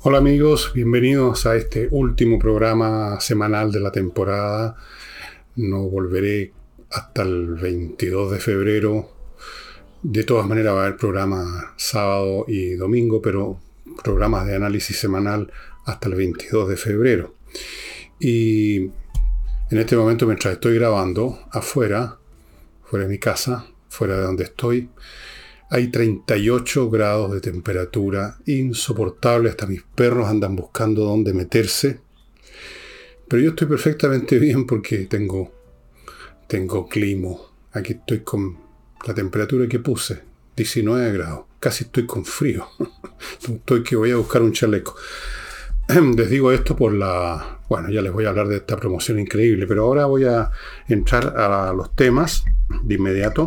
Hola amigos, bienvenidos a este último programa semanal de la temporada. No volveré hasta el 22 de febrero. De todas maneras va a haber programa sábado y domingo, pero programas de análisis semanal hasta el 22 de febrero. Y en este momento, mientras estoy grabando, fuera de mi casa, fuera de donde estoy, hay 38 grados de temperatura, insoportable, hasta mis perros andan buscando dónde meterse. Pero yo estoy perfectamente bien porque tengo clima. Aquí estoy con la temperatura que puse, 19 grados. Casi estoy con frío. Estoy que voy a buscar un chaleco. Les digo esto Bueno, ya les voy a hablar de esta promoción increíble, pero ahora voy a entrar a los temas de inmediato.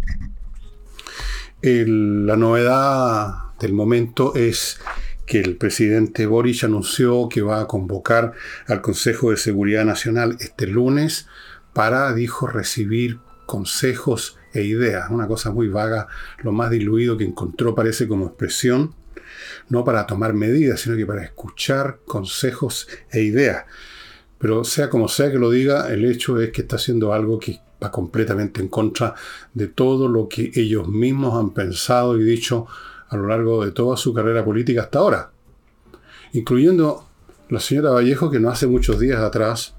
La novedad del momento es que el presidente Boric anunció que va a convocar al Consejo de Seguridad Nacional este lunes para, dijo, recibir consejos e ideas. Una cosa muy vaga, lo más diluido que encontró parece como expresión, no para tomar medidas, sino que para escuchar consejos e ideas. Pero sea como sea que lo diga, el hecho es que está haciendo algo que va completamente en contra de todo lo que ellos mismos han pensado y dicho a lo largo de toda su carrera política hasta ahora. Incluyendo la señora Vallejo, que no hace muchos días atrás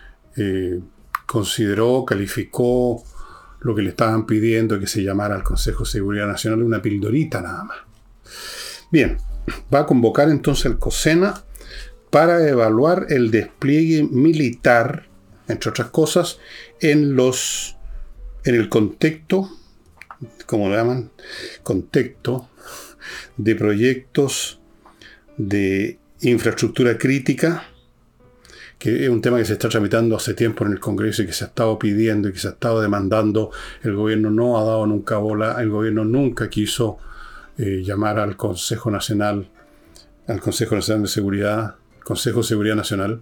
calificó lo que le estaban pidiendo, que se llamara al Consejo de Seguridad Nacional, una pildorita nada más. Bien, va a convocar entonces al COSENA para evaluar el despliegue militar, entre otras cosas, en el contexto, como lo llaman, contexto de proyectos de infraestructura crítica, que es un tema que se está tramitando hace tiempo en el Congreso y que se ha estado pidiendo y que se ha estado demandando. El gobierno no ha dado nunca bola, el gobierno nunca quiso llamar al Consejo Nacional de Seguridad, Consejo de Seguridad Nacional,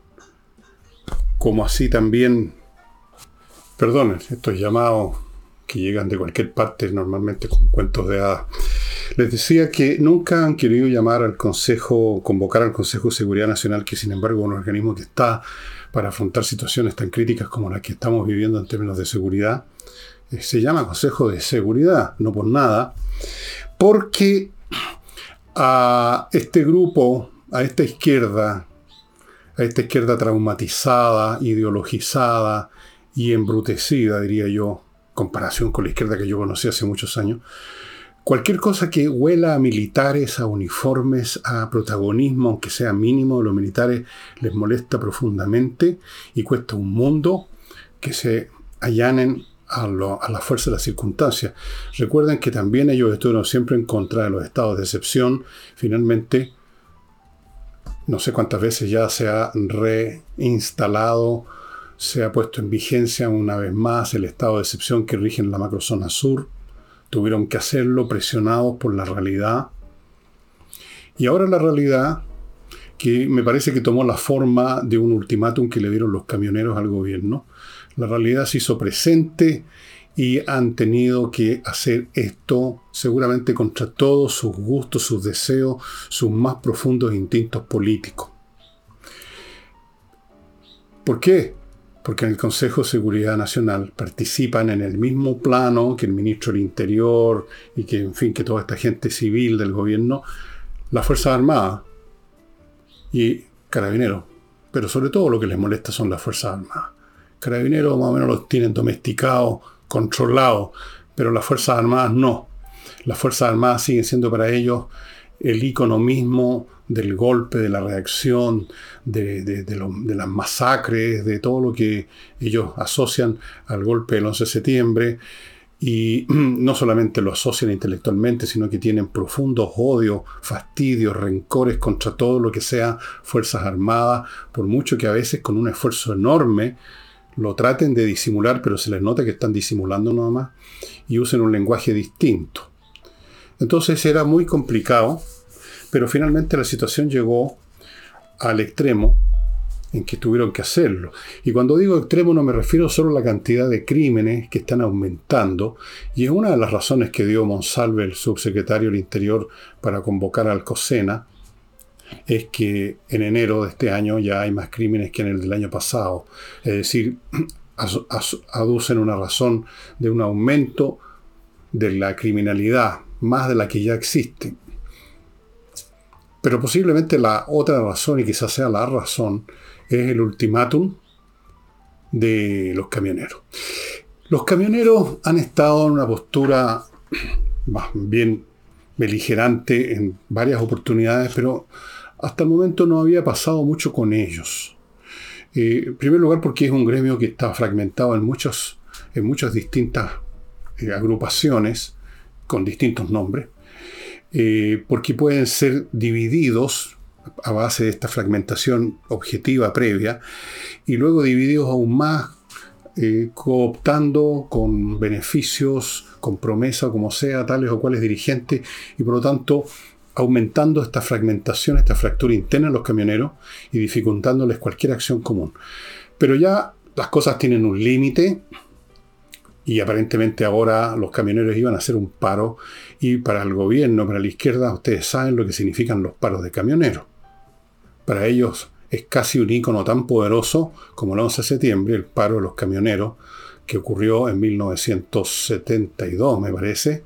como así también, perdonen, estos llamados que llegan de cualquier parte, normalmente con cuentos de hadas. Les decía que nunca han querido convocar al Consejo de Seguridad Nacional, que sin embargo es un organismo que está para afrontar situaciones tan críticas como las que estamos viviendo en términos de seguridad. Se llama Consejo de Seguridad, no por nada, porque a este grupo, a esta izquierda traumatizada, ideologizada y embrutecida, diría yo, en comparación con la izquierda que yo conocí hace muchos años, cualquier cosa que huela a militares, a uniformes, a protagonismo, aunque sea mínimo de los militares, les molesta profundamente y cuesta un mundo que se allanen a la fuerza de las circunstancias. Recuerden que también ellos estuvieron siempre en contra de los estados de excepción. Finalmente, no sé cuántas veces ya se ha reinstalado, se ha puesto en vigencia una vez más el estado de excepción que rige en la macrozona sur. Tuvieron que hacerlo presionados por la realidad. Y ahora la realidad, que me parece que tomó la forma de un ultimátum que le dieron los camioneros al gobierno, la realidad se hizo presente y han tenido que hacer esto seguramente contra todos sus gustos, sus deseos, sus más profundos instintos políticos. ¿Por qué? Porque en el Consejo de Seguridad Nacional participan en el mismo plano que el ministro del Interior y que toda esta gente civil del gobierno, las Fuerzas Armadas y Carabineros. Pero sobre todo lo que les molesta son las Fuerzas Armadas. Carabineros más o menos los tienen domesticados, controlados, pero las Fuerzas Armadas no. Las Fuerzas Armadas siguen siendo para ellos el ícono mismo del golpe, de la reacción, de las masacres, de todo lo que ellos asocian al golpe del 11 de septiembre. Y no solamente lo asocian intelectualmente, sino que tienen profundos odios, fastidios, rencores contra todo lo que sea Fuerzas Armadas, por mucho que a veces con un esfuerzo enorme lo traten de disimular, pero se les nota que están disimulando nada más y usen un lenguaje distinto. Entonces era muy complicado, pero finalmente la situación llegó al extremo en que tuvieron que hacerlo. Y cuando digo extremo no me refiero solo a la cantidad de crímenes que están aumentando, y es una de las razones que dio Monsalve, el subsecretario del Interior, para convocar al COSENA, es que en enero de este año ya hay más crímenes que en el del año pasado. Es decir, aducen una razón de un aumento de la criminalidad, más de la que ya existe. Pero posiblemente la otra razón, y quizás sea la razón, es el ultimátum de los camioneros. Los camioneros han estado en una postura más bien beligerante en varias oportunidades, pero hasta el momento no había pasado mucho con ellos. En primer lugar, porque es un gremio que está fragmentado en muchas distintas agrupaciones con distintos nombres, porque pueden ser divididos a base de esta fragmentación objetiva previa y luego divididos aún más, cooptando con beneficios, con promesa, como sea, tales o cuales dirigentes, y por lo tanto aumentando esta fragmentación, esta fractura interna en los camioneros y dificultándoles cualquier acción común. Pero ya las cosas tienen un límite y aparentemente ahora los camioneros iban a hacer un paro, y para el gobierno, para la izquierda, ustedes saben lo que significan los paros de camioneros. Para ellos es casi un ícono tan poderoso como el 11 de septiembre, el paro de los camioneros, que ocurrió en 1972, me parece,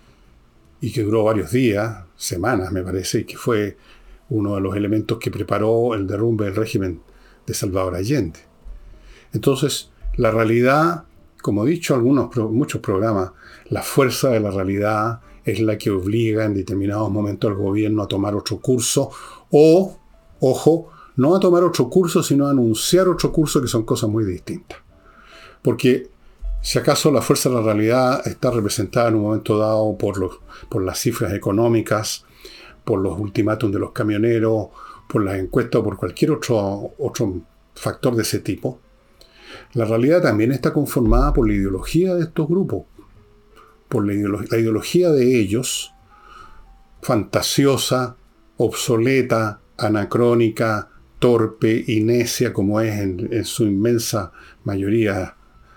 y que duró varios días, semanas, me parece, y que fue uno de los elementos que preparó el derrumbe del régimen de Salvador Allende. Entonces, la realidad, como he dicho en muchos programas, la fuerza de la realidad es la que obliga en determinados momentos al gobierno a tomar otro curso o, ojo, no a tomar otro curso, sino a anunciar otro curso, que son cosas muy distintas. Porque si acaso la fuerza de la realidad está representada en un momento dado por las cifras económicas, por los ultimátums de los camioneros, por las encuestas o por cualquier otro factor de ese tipo, la realidad también está conformada por la ideología de estos grupos, por la ideología de ellos, fantasiosa, obsoleta, anacrónica, torpe y necia, como es en su inmensa mayoría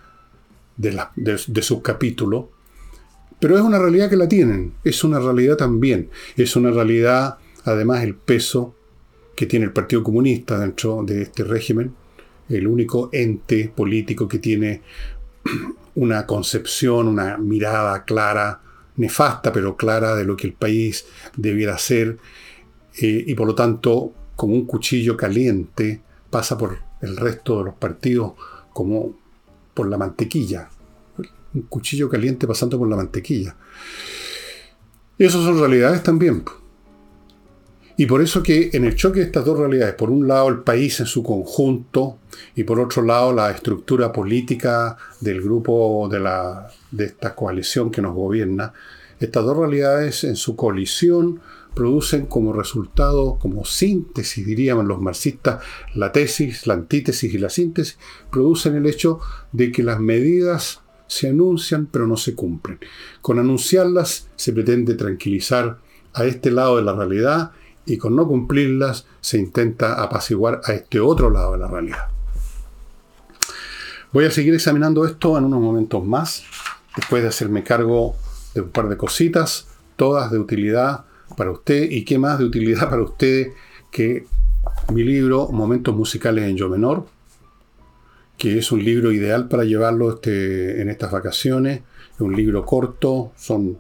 de sus capítulos. Pero es una realidad que la tienen, es una realidad también, es una realidad, además, el peso que tiene el Partido Comunista dentro de este régimen, el único ente político que tiene una concepción, una mirada clara, nefasta pero clara, de lo que el país debiera ser, y por lo tanto, como un cuchillo caliente, pasa por el resto de los partidos como por la mantequilla. Un cuchillo caliente pasando por la mantequilla. Y esas son realidades también. Y por eso que en el choque de estas dos realidades, por un lado el país en su conjunto y por otro lado la estructura política del grupo de esta coalición que nos gobierna, estas dos realidades en su colisión producen como resultado, como síntesis, diríamos los marxistas, la tesis, la antítesis y la síntesis, producen el hecho de que las medidas se anuncian pero no se cumplen. Con anunciarlas se pretende tranquilizar a este lado de la realidad, y con no cumplirlas se intenta apaciguar a este otro lado de la realidad. Voy a seguir examinando esto en unos momentos más, después de hacerme cargo de un par de cositas, todas de utilidad para usted. ¿Y qué más de utilidad para usted que mi libro Momentos Musicales en Yo Menor, que es un libro ideal para llevarlo en estas vacaciones? Es un libro corto, son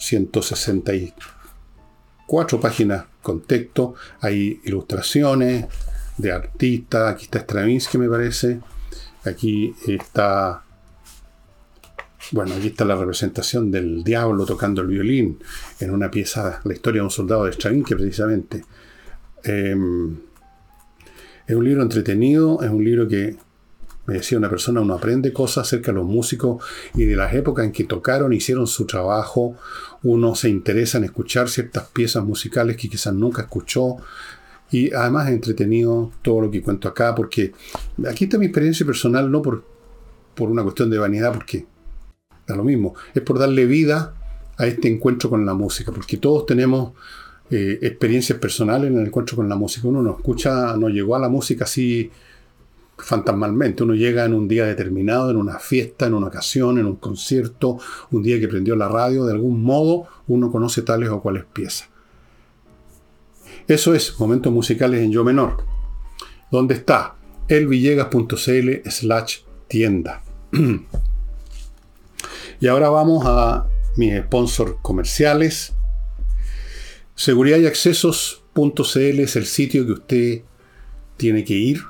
164 páginas con texto, hay ilustraciones de artistas, aquí está Stravinsky, me parece, aquí está la representación del diablo tocando el violín en una pieza, la historia de un soldado de Stravinsky precisamente. Es un libro entretenido, es un libro que, me decía una persona, uno aprende cosas acerca de los músicos y de las épocas en que tocaron, hicieron su trabajo. Uno se interesa en escuchar ciertas piezas musicales que quizás nunca escuchó. Y además es entretenido todo lo que cuento acá, porque aquí está mi experiencia personal, no por una cuestión de vanidad, porque da lo mismo. Es por darle vida a este encuentro con la música, porque todos tenemos experiencias personales en el encuentro con la música. Uno no llegó a la música así fantasmalmente. Uno llega en un día determinado, en una fiesta, en una ocasión, en un concierto, un día que prendió la radio, de algún modo uno conoce tales o cuales piezas. Eso es Momentos Musicales en Yo menor, donde está elvillegas.cl/tienda. Y ahora vamos a mis sponsors comerciales. Seguridad y Accesos.cl es el sitio que usted tiene que ir,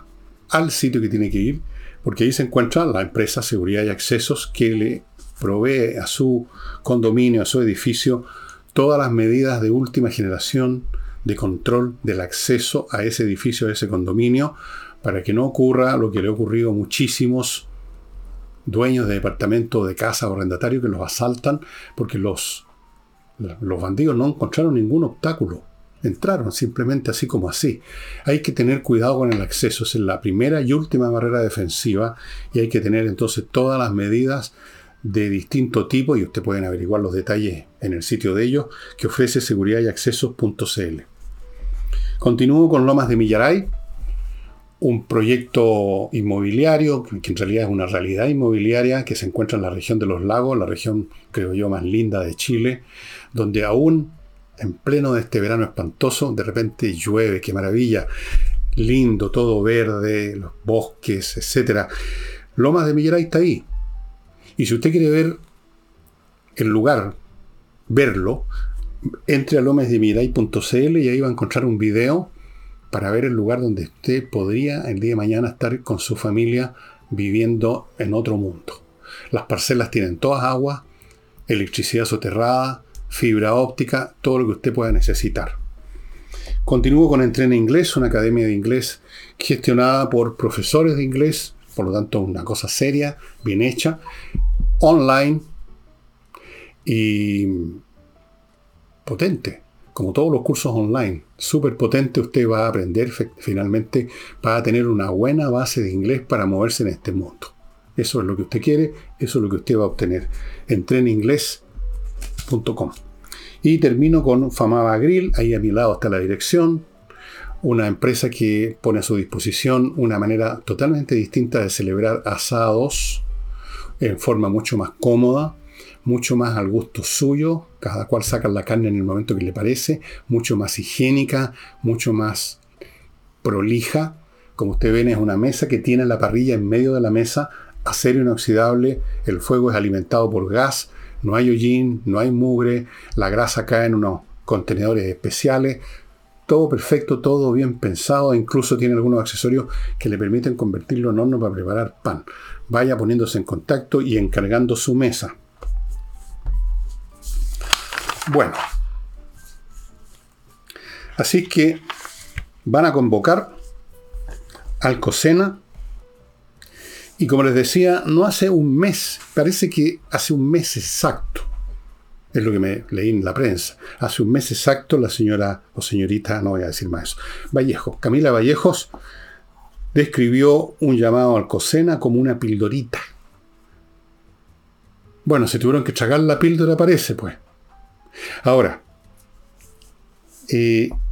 porque ahí se encuentra la empresa Seguridad y Accesos que le provee a su condominio, a su edificio, todas las medidas de última generación de control del acceso a ese edificio, a ese condominio, para que no ocurra lo que le ha ocurrido a muchísimos dueños de departamentos, de casa o arrendatarios que los asaltan porque los bandidos no encontraron ningún obstáculo. Entraron simplemente así como así. Hay que tener cuidado con el acceso. Es la primera y última barrera defensiva y hay que tener entonces todas las medidas de distinto tipo, y usted pueden averiguar los detalles en el sitio de ellos que ofrece seguridad y accesos.cl. Continúo con Lomas de Millaray, un proyecto inmobiliario que en realidad es una realidad inmobiliaria que se encuentra en la región de los lagos, la región, creo yo, más linda de Chile, donde aún en pleno de este verano espantoso, de repente llueve, qué maravilla, lindo, todo verde, los bosques, etc. Lomas de Millaray está ahí. Y si usted quiere ver el lugar, verlo, entre a lomasdemillaray.cl y ahí va a encontrar un video para ver el lugar donde usted podría el día de mañana estar con su familia viviendo en otro mundo. Las parcelas tienen todas agua, electricidad soterrada, fibra óptica, todo lo que usted pueda necesitar. Continúo con Entrena Inglés, una academia de inglés gestionada por profesores de inglés, por lo tanto una cosa seria, bien hecha, online y potente. Como todos los cursos online, súper potente, usted va a aprender, finalmente va a tener una buena base de inglés para moverse en este mundo. Eso es lo que usted quiere, eso es lo que usted va a obtener. Entreninglés.com. Y termino con Famaba Grill, ahí a mi lado está la dirección, una empresa que pone a su disposición una manera totalmente distinta de celebrar asados en forma mucho más cómoda, mucho más al gusto suyo, cada cual saca la carne en el momento que le parece, mucho más higiénica, mucho más prolija. Como usted ven, es una mesa que tiene la parrilla en medio de la mesa, acero inoxidable, el fuego es alimentado por gas, no hay hollín, no hay mugre, la grasa cae en unos contenedores especiales, todo perfecto, todo bien pensado, incluso tiene algunos accesorios que le permiten convertirlo en horno para preparar pan. Vaya poniéndose en contacto y encargando su mesa. Bueno, así que van a convocar al COSENA y, como les decía, no hace un mes, parece que hace un mes exacto, es lo que me leí en la prensa, hace un mes exacto la señora o señorita, no voy a decir más eso, Vallejo, Camila Vallejos, describió un llamado al COSENA como una pildorita. Bueno, se tuvieron que tragar la píldora, parece, pues. Ahora, el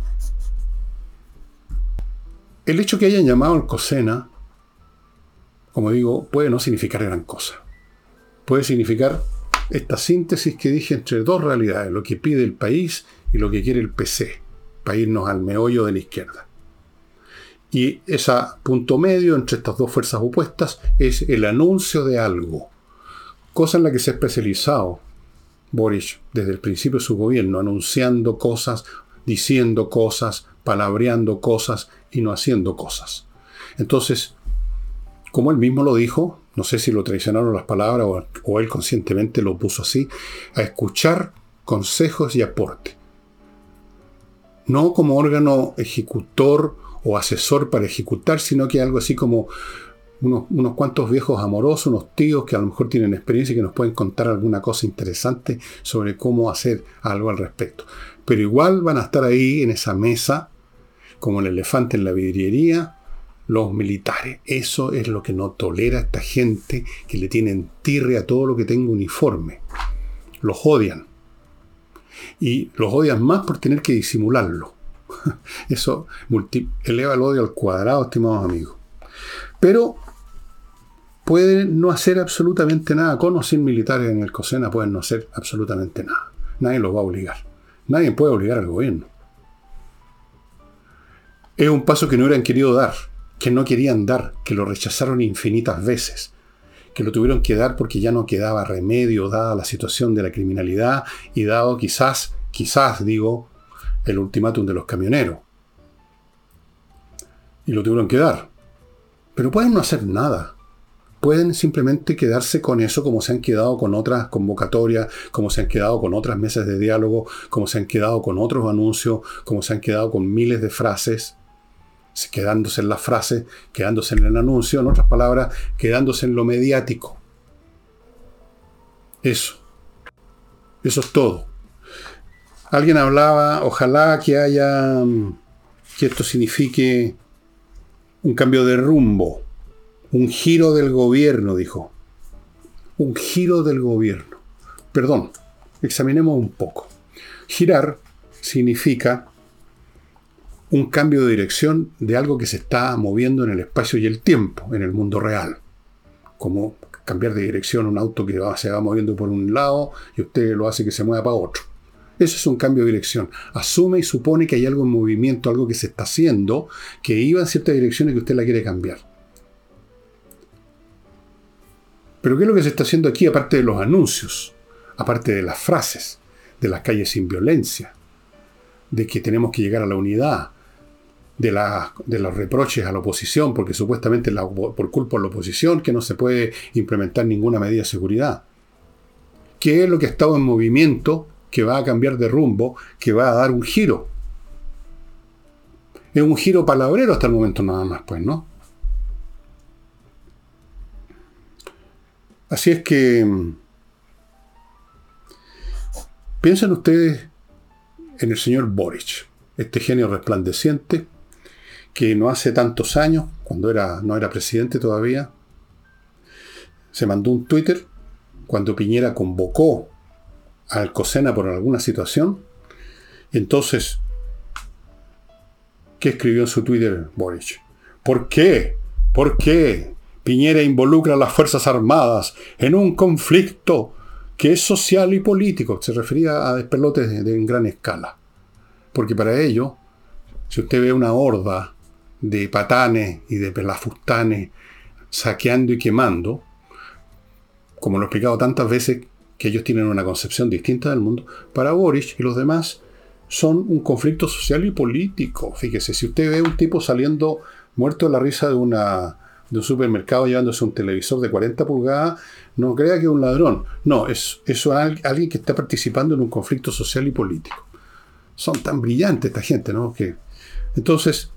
hecho que hayan llamado al COSENA, como digo, puede no significar gran cosa. Puede significar esta síntesis que dije entre dos realidades, lo que pide el país y lo que quiere el PC, para irnos al meollo de la izquierda. Y ese punto medio entre estas dos fuerzas opuestas es el anuncio de algo, cosa en la que se ha especializado Boric desde el principio de su gobierno, anunciando cosas, diciendo cosas, palabreando cosas y no haciendo cosas. Entonces, como él mismo lo dijo, no sé si lo traicionaron las palabras o él conscientemente lo puso así, a escuchar consejos y aporte. No como órgano ejecutor o asesor para ejecutar, sino que algo así como unos cuantos viejos amorosos, unos tíos que a lo mejor tienen experiencia y que nos pueden contar alguna cosa interesante sobre cómo hacer algo al respecto. Pero igual van a estar ahí en esa mesa, como el elefante en la vidriería, los militares. Eso es lo que no tolera esta gente que le tienen tirria a todo lo que tenga uniforme. Los odian. Y los odian más por tener que disimularlo. Eso eleva el odio al cuadrado, estimados amigos. Pero pueden no hacer absolutamente nada. Con o sin militares en el COSENA pueden no hacer absolutamente nada. Nadie los va a obligar. Nadie puede obligar al gobierno. Es un paso que no hubieran querido dar, que no querían dar, que lo rechazaron infinitas veces, que lo tuvieron que dar porque ya no quedaba remedio, dada la situación de la criminalidad y dado quizás digo, el ultimátum de los camioneros. Y lo tuvieron que dar. Pero pueden no hacer nada. Pueden simplemente quedarse con eso, como se han quedado con otras convocatorias, como se han quedado con otras mesas de diálogo, como se han quedado con otros anuncios, como se han quedado con miles de frases, quedándose en las frases, quedándose en el anuncio, en otras palabras, quedándose en lo mediático. Eso es todo. Alguien hablaba, ojalá que esto signifique un cambio de rumbo, un giro del gobierno, dijo. Un giro del gobierno. Perdón, examinemos un poco. Girar significa un cambio de dirección de algo que se está moviendo en el espacio y el tiempo, en el mundo real. Como cambiar de dirección un auto que se va moviendo por un lado y usted lo hace que se mueva para otro. Eso es un cambio de dirección. Asume y supone que hay algo en movimiento, algo que se está haciendo, que iba en cierta dirección y que usted la quiere cambiar. Pero ¿qué es lo que se está haciendo aquí, aparte de los anuncios, aparte de las frases, de las calles sin violencia, de que tenemos que llegar a la unidad, de los reproches a la oposición, porque supuestamente por culpa de la oposición que no se puede implementar ninguna medida de seguridad? ¿Qué es lo que ha estado en movimiento, que va a cambiar de rumbo, que va a dar un giro? Es un giro palabrero hasta el momento nada más, pues, ¿no? Así es que piensen ustedes en el señor Boric, este genio resplandeciente que no hace tantos años, cuando no era presidente todavía, se mandó un Twitter cuando Piñera convocó a Alcocena por alguna situación. Entonces, ¿qué escribió en su Twitter Boric? ¿Por qué? ¿Por qué Piñera involucra a las Fuerzas Armadas en un conflicto que es social y político? Se refería a despelotes en gran escala. Porque para ello, si usted ve una horda de patanes y de pelafustanes saqueando y quemando, como lo he explicado tantas veces, que ellos tienen una concepción distinta del mundo, para Boric y los demás son un conflicto social y político. Fíjese, si usted ve un tipo saliendo muerto de la risa de un supermercado llevándose un televisor de 40 pulgadas, no crea que es un ladrón. No, eso es alguien que está participando en un conflicto social y político. Son tan brillantes esta gente, ¿no? Entonces,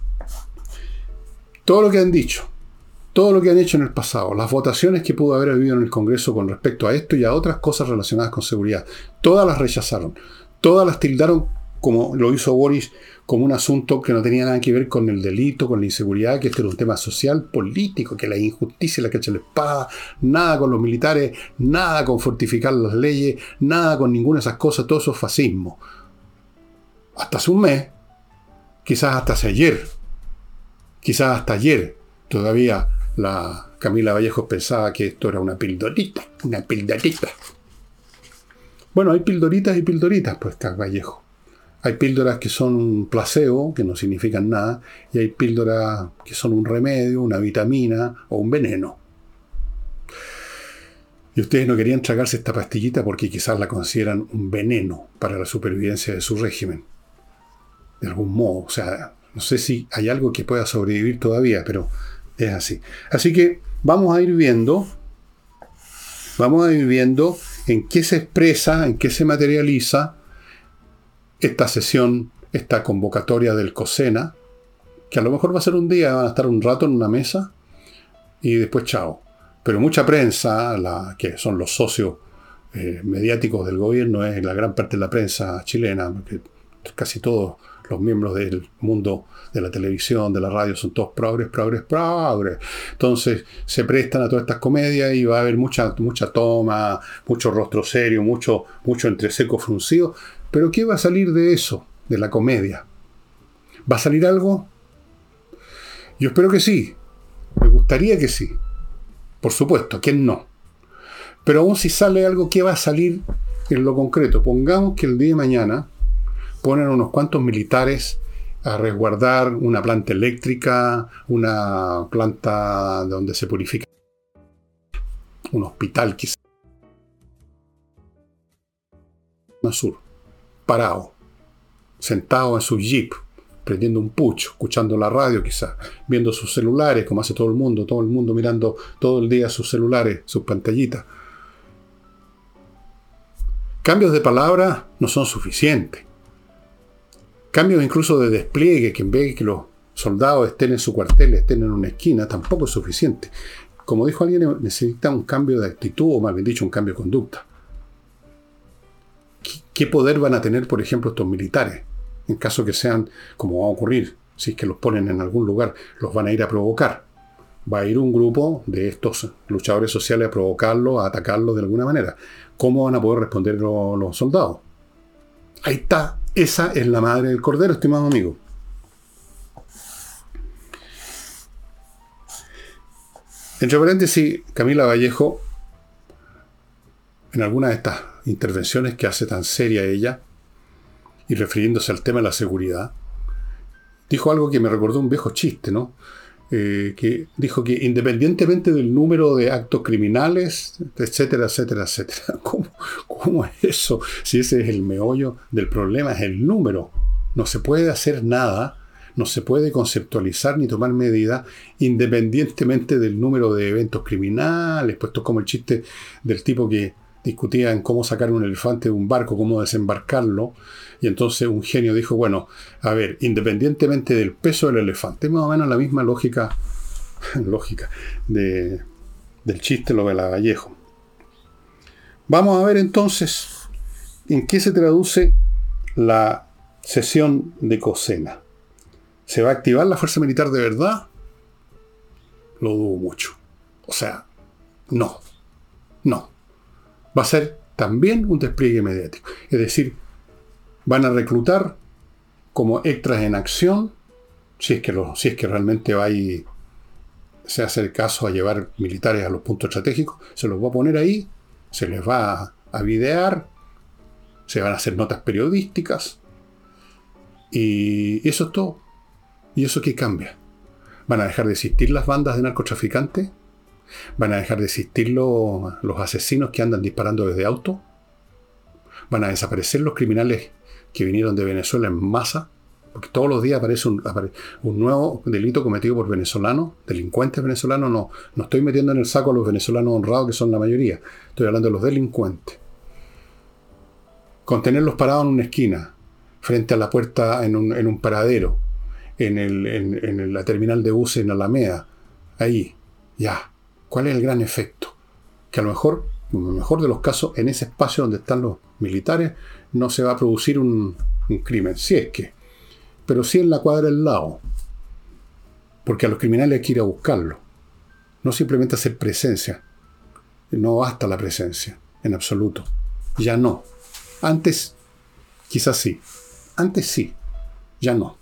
todo lo que han dicho, todo lo que han hecho en el pasado, las votaciones que pudo haber habido en el Congreso con respecto a esto y a otras cosas relacionadas con seguridad, todas las rechazaron, todas las tildaron, como lo hizo Boris, como un asunto que no tenía nada que ver con el delito, con la inseguridad, que este era un tema social, político, que la injusticia, la cacha de la espada, nada con los militares, nada con fortificar las leyes, nada con ninguna de esas cosas, todo eso es fascismo. Hasta hace un mes, quizás hasta ayer, todavía la Camila Vallejos pensaba que esto era una pildorita. Bueno, hay pildoritas y pildoritas, pues, Vallejo. Hay píldoras que son un placebo, que no significan nada, y hay píldoras que son un remedio, una vitamina o un veneno. Y ustedes no querían tragarse esta pastillita porque quizás la consideran un veneno para la supervivencia de su régimen. De algún modo, o sea, no sé si hay algo que pueda sobrevivir todavía, pero es así. Así que vamos a ir viendo en qué se expresa, en qué se materializa esta sesión, esta convocatoria del COSENA, que a lo mejor va a ser un día, van a estar un rato en una mesa y después chao. Pero mucha prensa, que son los socios mediáticos del gobierno, es la gran parte de la prensa chilena, porque casi todos los miembros del mundo de la televisión, de la radio, son todos progres. Entonces se prestan a todas estas comedias y va a haber mucha toma, mucho rostro serio, mucho entrecejo fruncido. Pero ¿qué va a salir de eso, de la comedia? ¿Va a salir algo? Yo espero que sí. Me gustaría que sí. Por supuesto, ¿quién no? Pero aún si sale algo, ¿qué va a salir en lo concreto? Pongamos que el día de mañana ponen unos cuantos militares a resguardar una planta eléctrica, una planta donde se purifica, un hospital quizás, sur, parado, sentado en su jeep, prendiendo un pucho, escuchando la radio quizás, viendo sus celulares, como hace todo el mundo mirando todo el día sus celulares, sus pantallitas. Cambios de palabra no son suficientes. Cambios incluso de despliegue, que en vez de que los soldados estén en su cuartel, estén en una esquina, tampoco es suficiente. Como dijo alguien, necesita un cambio de actitud, o más bien dicho, un cambio de conducta. ¿Qué poder van a tener, por ejemplo, estos militares? En caso que sean, como va a ocurrir, si es que los ponen en algún lugar, los van a ir a provocar. Va a ir un grupo de estos luchadores sociales a provocarlos, a atacarlos de alguna manera. ¿Cómo van a poder responder los soldados? Ahí está. Esa es la madre del cordero, estimado amigo. Entre paréntesis, Camila Vallejo, en alguna de estas intervenciones que hace tan seria ella, y refiriéndose al tema de la seguridad, dijo algo que me recordó un viejo chiste, ¿no? Que dijo que independientemente del número de actos criminales, etcétera, etcétera, etcétera. ¿Cómo es eso? Si ese es el meollo del problema, es el número. No se puede hacer nada, no se puede conceptualizar ni tomar medidas independientemente del número de eventos criminales, puesto como el chiste del tipo que discutía en cómo sacar un elefante de un barco, cómo desembarcarlo, y entonces un genio dijo, bueno, a ver, independientemente del peso del elefante, más o menos la misma lógica del chiste lo de la Vallejo. Vamos a ver entonces en qué se traduce la cesión de Cosena. ¿Se va a activar la fuerza militar de verdad? Lo dudo mucho. O sea, no. Va a ser también un despliegue mediático. Es decir, van a reclutar como extras en acción, si es que realmente va y se hace el caso a llevar militares a los puntos estratégicos, se los va a poner ahí, se les va a videar, se van a hacer notas periodísticas, y eso es todo. ¿Y eso qué cambia? ¿Van a dejar de existir las bandas de narcotraficantes? ¿Van a dejar de existir los asesinos que andan disparando desde auto? ¿Van a desaparecer los criminales que vinieron de Venezuela en masa? Porque todos los días aparece un nuevo delito cometido por venezolanos, delincuentes venezolanos. No estoy metiendo en el saco a los venezolanos honrados, que son la mayoría. Estoy hablando de los delincuentes. Con tenerlos parados en una esquina, frente a la puerta en un paradero, en la terminal de buses en Alameda, ahí, ya. ¿Cuál es el gran efecto? Que a lo mejor, en el mejor de los casos, en ese espacio donde están los militares, no se va a producir un crimen, si es que, pero sí en la cuadra del lado. Porque a los criminales hay que ir a buscarlos. No simplemente hacer presencia. No basta la presencia, en absoluto. Ya no. Antes, quizás sí. Antes sí, ya no.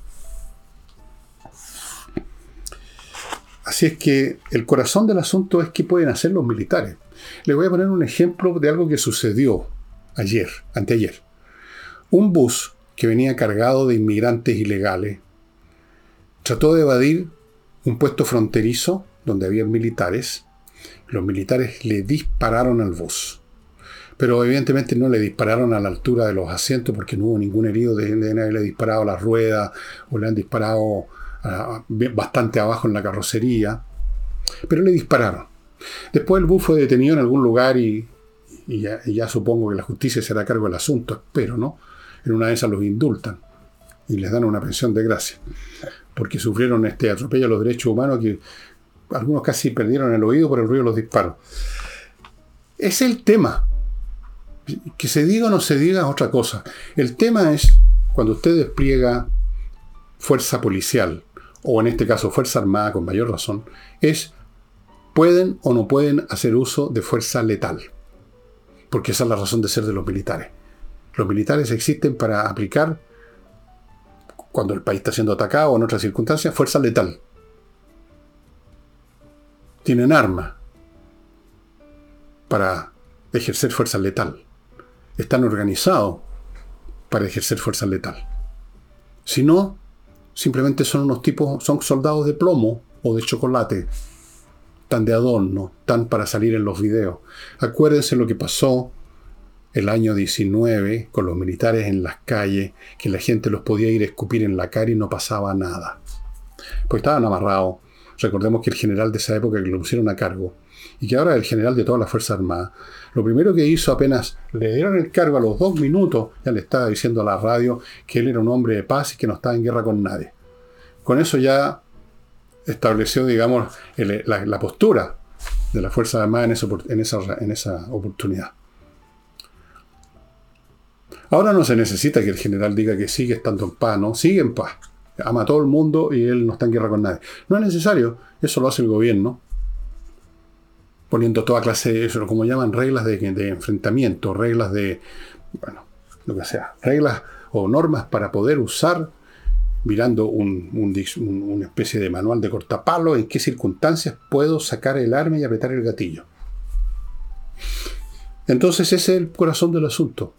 Así es que el corazón del asunto es qué pueden hacer los militares. Les voy a poner un ejemplo de algo que sucedió anteayer. Un bus que venía cargado de inmigrantes ilegales trató de evadir un puesto fronterizo donde había militares. Los militares le dispararon al bus. Pero evidentemente no le dispararon a la altura de los asientos porque no hubo ningún herido. Deben haberle disparado a las ruedas o le han disparado bastante abajo en la carrocería, pero le dispararon. Después el bus fue detenido en algún lugar y ya supongo que la justicia se hará cargo del asunto, espero, ¿no? En una de esas los indultan y les dan una pensión de gracia, porque sufrieron este atropello a los derechos humanos que algunos casi perdieron el oído por el ruido de los disparos. Es el tema. Que se diga o no se diga es otra cosa. El tema es cuando usted despliega fuerza policial, o en este caso Fuerza Armada con mayor razón, es pueden o no pueden hacer uso de fuerza letal. Porque esa es la razón de ser de los militares. Los militares existen para aplicar, cuando el país está siendo atacado o en otras circunstancias, fuerza letal. Tienen armas para ejercer fuerza letal. Están organizados para ejercer fuerza letal. Si no, Simplemente son unos tipos, son soldados de plomo o de chocolate, tan de adorno, tan para salir en los videos. Acuérdense lo que pasó el año 19 con los militares en las calles, que la gente los podía ir a escupir en la cara y no pasaba nada. Pues estaban amarrados. Recordemos que el general de esa época que lo pusieron a cargo, y que ahora es el general de todas las Fuerzas Armadas, lo primero que hizo apenas le dieron el cargo, a los 2 minutos, ya le estaba diciendo a la radio que él era un hombre de paz y que no estaba en guerra con nadie. Con eso ya estableció, digamos, la postura de las Fuerzas Armadas en esa oportunidad. Ahora no se necesita que el general diga que sigue estando en paz, ¿no? Sigue en paz. Ama a todo el mundo y él no está en guerra con nadie. No es necesario, eso lo hace el gobierno, poniendo toda clase de eso, como llaman reglas de enfrentamiento, reglas de, bueno, lo que sea, reglas o normas para poder usar, mirando una especie de manual de cortapalo, en qué circunstancias puedo sacar el arma y apretar el gatillo. Entonces ese es el corazón del asunto.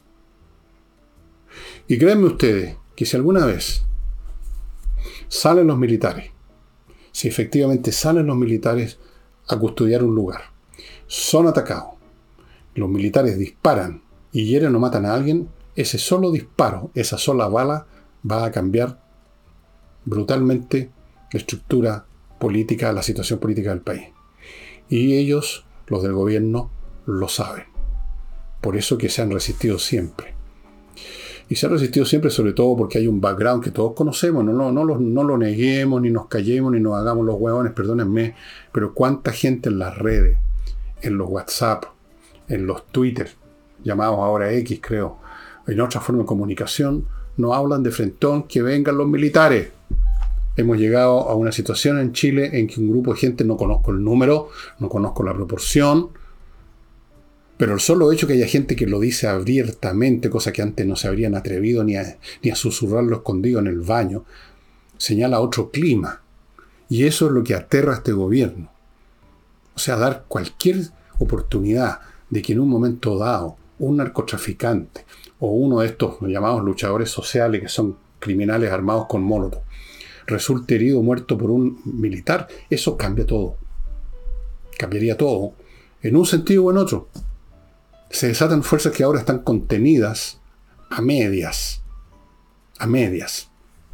Y créanme ustedes que si alguna vez salen los militares, si efectivamente salen los militares a custodiar un lugar, son atacados, los militares disparan y hieren o matan a alguien, ese solo disparo, esa sola bala, va a cambiar brutalmente la estructura política, la situación política del país. Y ellos, los del gobierno, lo saben. Por eso que se han resistido siempre. Y se ha resistido siempre, sobre todo porque hay un background que todos conocemos. No lo neguemos, ni nos callemos, ni nos hagamos los huevones, perdónenme. Pero cuánta gente en las redes, en los WhatsApp, en los Twitter, llamados ahora X, creo, en otra forma de comunicación, no hablan de frentón que vengan los militares. Hemos llegado a una situación en Chile en que un grupo de gente, no conozco el número, no conozco la proporción, pero el solo hecho que haya gente que lo dice abiertamente, cosa que antes no se habrían atrevido ni a susurrarlo escondido en el baño, señala otro clima. Y eso es lo que aterra a este gobierno. O sea, dar cualquier oportunidad de que en un momento dado un narcotraficante o uno de estos llamados luchadores sociales que son criminales armados con molotov resulte herido o muerto por un militar, eso cambia todo. Cambiaría todo, en un sentido o en otro. Se desatan fuerzas que ahora están contenidas a medias. A medias.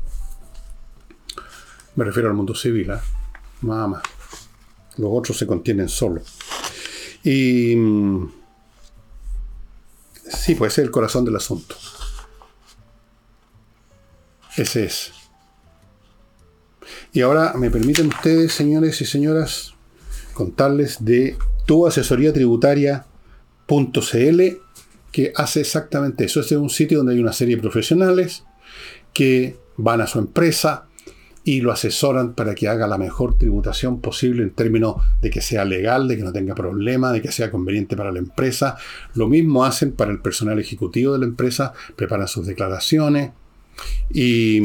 Me refiero al mundo civil, ¿eh? Nada más. Los otros se contienen solos. Y sí, pues ese es el corazón del asunto. Ese es. Y ahora me permiten ustedes, señores y señoras, contarles de tuasesoriatributaria.cl, que hace exactamente eso. Este es un sitio donde hay una serie de profesionales que van a su empresa y lo asesoran para que haga la mejor tributación posible en términos de que sea legal, de que no tenga problema, de que sea conveniente para la empresa. Lo mismo hacen para el personal ejecutivo de la empresa, preparan sus declaraciones y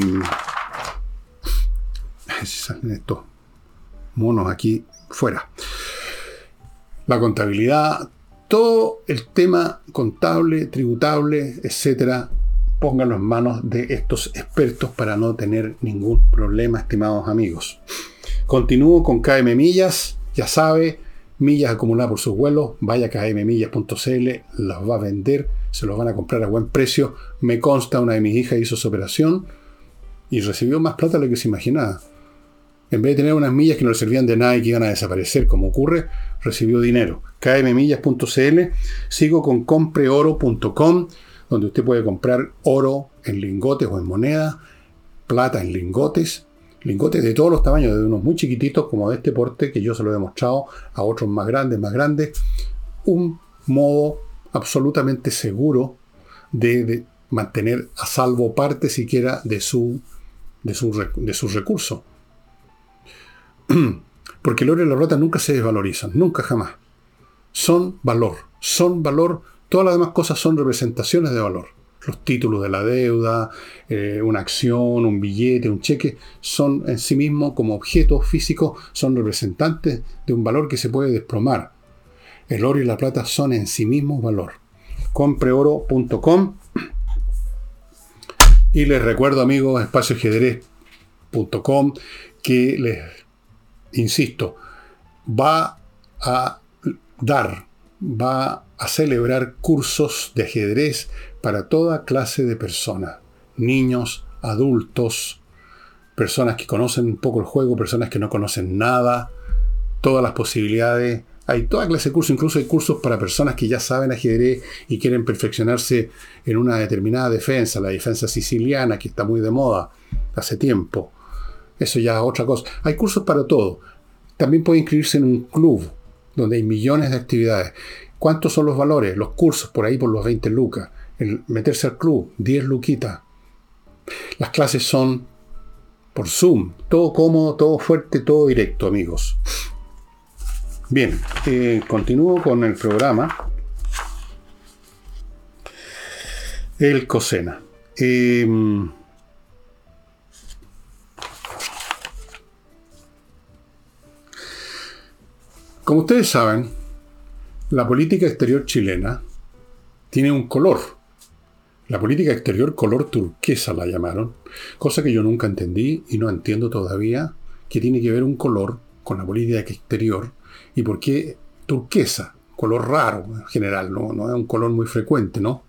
si salen estos monos aquí fuera. La contabilidad, todo el tema contable, tributable, etcétera, pónganlo en manos de estos expertos para no tener ningún problema, estimados amigos. Continúo con KM Millas, ya sabe, millas acumuladas por sus vuelos, vaya a kmmillas.cl, las va a vender, se los van a comprar a buen precio. Me consta, una de mis hijas hizo su operación y recibió más plata de lo que se imaginaba. En vez de tener unas millas que no le servían de nada y que iban a desaparecer, como ocurre, recibió dinero. kmmillas.cl. Sigo con compreoro.com, donde usted puede comprar oro en lingotes o en moneda, plata en lingotes de todos los tamaños, de unos muy chiquititos como de este porte, que yo se lo he demostrado, a otros más grandes. Un modo absolutamente seguro de mantener a salvo parte siquiera de sus recursos. Porque el oro y la plata nunca se desvalorizan, nunca jamás. Son valor. Todas las demás cosas son representaciones de valor. Los títulos de la deuda, una acción, un billete, un cheque, son en sí mismos, como objetos físicos, son representantes de un valor que se puede desplomar. El oro y la plata son en sí mismos valor. Compreoro.com. Y les recuerdo, amigos, espacioajedrez.cl, que les, insisto, va a celebrar cursos de ajedrez para toda clase de personas, niños, adultos, personas que conocen un poco el juego, personas que no conocen nada, todas las posibilidades. Hay toda clase de cursos, incluso hay cursos para personas que ya saben ajedrez y quieren perfeccionarse en una determinada defensa, la defensa siciliana, que está muy de moda hace tiempo. Eso ya es otra cosa. Hay cursos para todo. También puede inscribirse en un club donde hay millones de actividades. ¿Cuántos son los valores? Los cursos, por ahí por los 20 lucas. El meterse al club, 10 luquitas. Las clases son por Zoom. Todo cómodo, todo fuerte, todo directo, amigos. Bien, continúo con el programa. El COSENA. Como ustedes saben, la política exterior chilena tiene un color. La política exterior color turquesa la llamaron, cosa que yo nunca entendí y no entiendo todavía qué tiene que ver un color con la política exterior y por qué turquesa, color raro en general, no es un color muy frecuente, ¿no?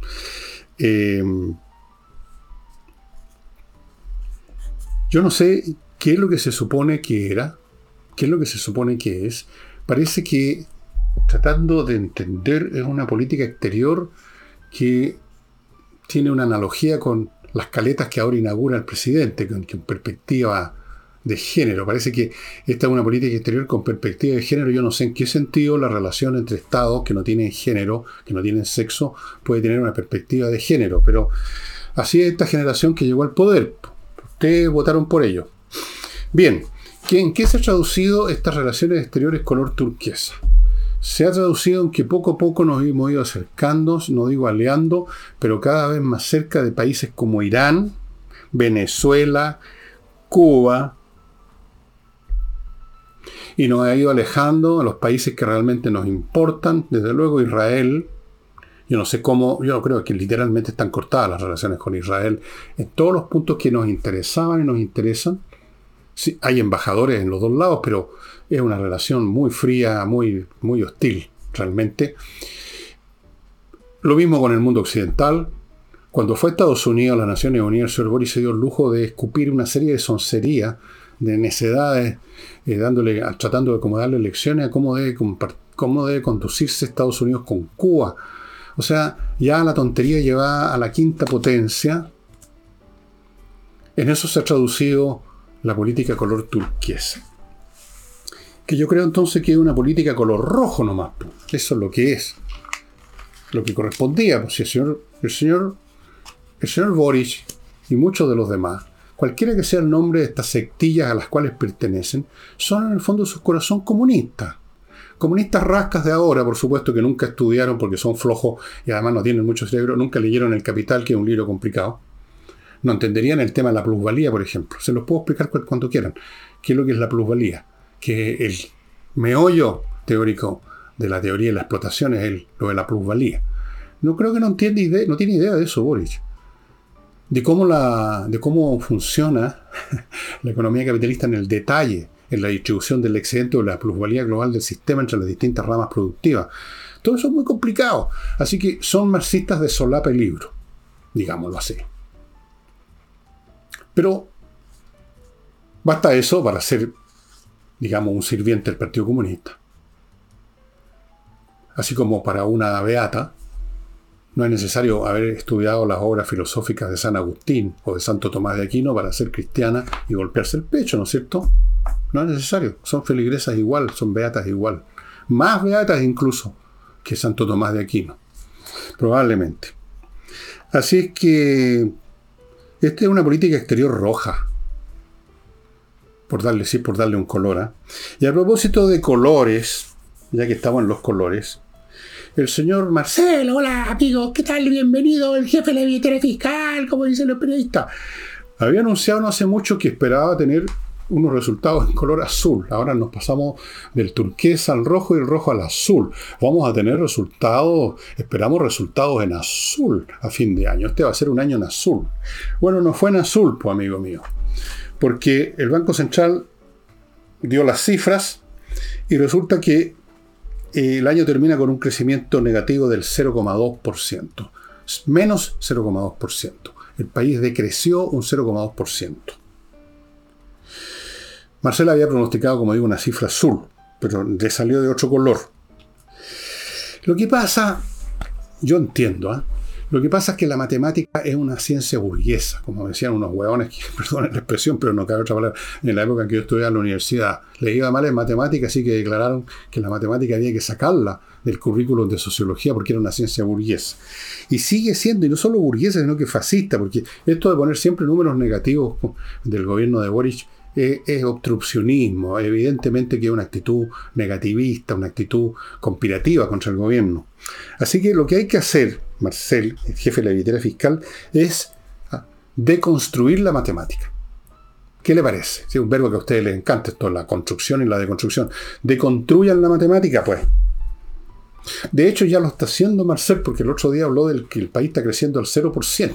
Yo no sé qué es lo que se supone que era, qué es lo que se supone que es. Parece que, tratando de entender, es una política exterior que tiene una analogía con las caletas que ahora inaugura el presidente, con perspectiva de género. Parece que esta es una política exterior con perspectiva de género. Yo no sé en qué sentido la relación entre estados que no tienen género, que no tienen sexo, puede tener una perspectiva de género. Pero así es esta generación que llegó al poder. Ustedes votaron por ello. Bien, ¿en qué se ha traducido estas relaciones exteriores color turquesa? Se ha traducido en que poco a poco nos hemos ido acercando, no digo aliando, pero cada vez más cerca de países como Irán, Venezuela, Cuba, y nos ha ido alejando a los países que realmente nos importan, desde luego Israel. Yo no sé cómo, yo creo que literalmente están cortadas las relaciones con Israel en todos los puntos que nos interesaban y nos interesan. Sí, hay embajadores en los dos lados, pero es una relación muy fría, muy, muy hostil, realmente. Lo mismo con el mundo occidental. Cuando fue a Estados Unidos, las Naciones Unidas, el señor Boris se dio el lujo de escupir una serie de soncerías, de necedades, tratando de darle lecciones a cómo debe conducirse Estados Unidos con Cuba. O sea, ya la tontería lleva a la quinta potencia. En eso se ha traducido la política color turquesa. Que yo creo entonces que es una política color rojo nomás. Eso es lo que es. Lo que correspondía. Pues, si el señor Boric y muchos de los demás, cualquiera que sea el nombre de estas sectillas a las cuales pertenecen, son en el fondo de su corazón comunistas. Comunistas rascas de ahora, por supuesto, que nunca estudiaron porque son flojos y además no tienen mucho cerebro, nunca leyeron El Capital, que es un libro complicado. No entenderían el tema de la plusvalía, por ejemplo. Se los puedo explicar cuando quieran. ¿Qué es lo que es la plusvalía? Que el meollo teórico de la teoría de la explotación es lo de la plusvalía. No creo que no tiene idea de eso, Boric. De cómo funciona la economía capitalista en el detalle, en la distribución del excedente o la plusvalía global del sistema entre las distintas ramas productivas. Todo eso es muy complicado. Así que son marxistas de solapa y libro, digámoslo así. Pero basta eso para ser, digamos, un sirviente del Partido Comunista. Así como para una beata, no es necesario haber estudiado las obras filosóficas de San Agustín o de Santo Tomás de Aquino para ser cristiana y golpearse el pecho, ¿no es cierto? No es necesario. Son feligresas igual, son beatas igual. Más beatas incluso que Santo Tomás de Aquino. Probablemente. Así es que esta es una política exterior roja. Por darle un color, ¿eh? Y a propósito de colores, ya que estamos en los colores, el señor Marcelo, hola amigos, ¿qué tal? Bienvenido, el jefe de la billetera fiscal, como dicen los periodistas. Había anunciado no hace mucho que esperaba tener unos resultados en color azul. Ahora nos pasamos del turquesa al rojo y del rojo al azul. Vamos a tener esperamos resultados en azul a fin de año. Este va a ser un año en azul. Bueno, no fue en azul, pues amigo mío. porque el Banco Central dio las cifras y resulta que el año termina con un crecimiento negativo del 0,2%. Menos 0,2%. El país decreció un 0,2%. Marcel había pronosticado, como digo, una cifra azul, pero le salió de otro color. Lo que pasa, yo entiendo, lo que pasa es que la matemática es una ciencia burguesa, como decían unos hueones, que, perdonen la expresión, pero no cabe otra palabra. En la época en que yo estudiaba en la universidad, le iba mal en matemáticas, así que declararon que la matemática había que sacarla del currículum de sociología porque era una ciencia burguesa. Y sigue siendo, y no solo burguesa, sino que fascista, porque esto de poner siempre números negativos del gobierno de Boric es obstruccionismo, evidentemente que es una actitud negativista, una actitud conspirativa contra el gobierno. Así que lo que hay que hacer, Marcel, el jefe de la billetera fiscal, es deconstruir la matemática. ¿Qué le parece? Es un verbo que a ustedes les encanta, esto, la construcción y la deconstrucción. Deconstruyan la matemática, pues. De hecho, ya lo está haciendo Marcel, porque el otro día habló del que el país está creciendo al 0%.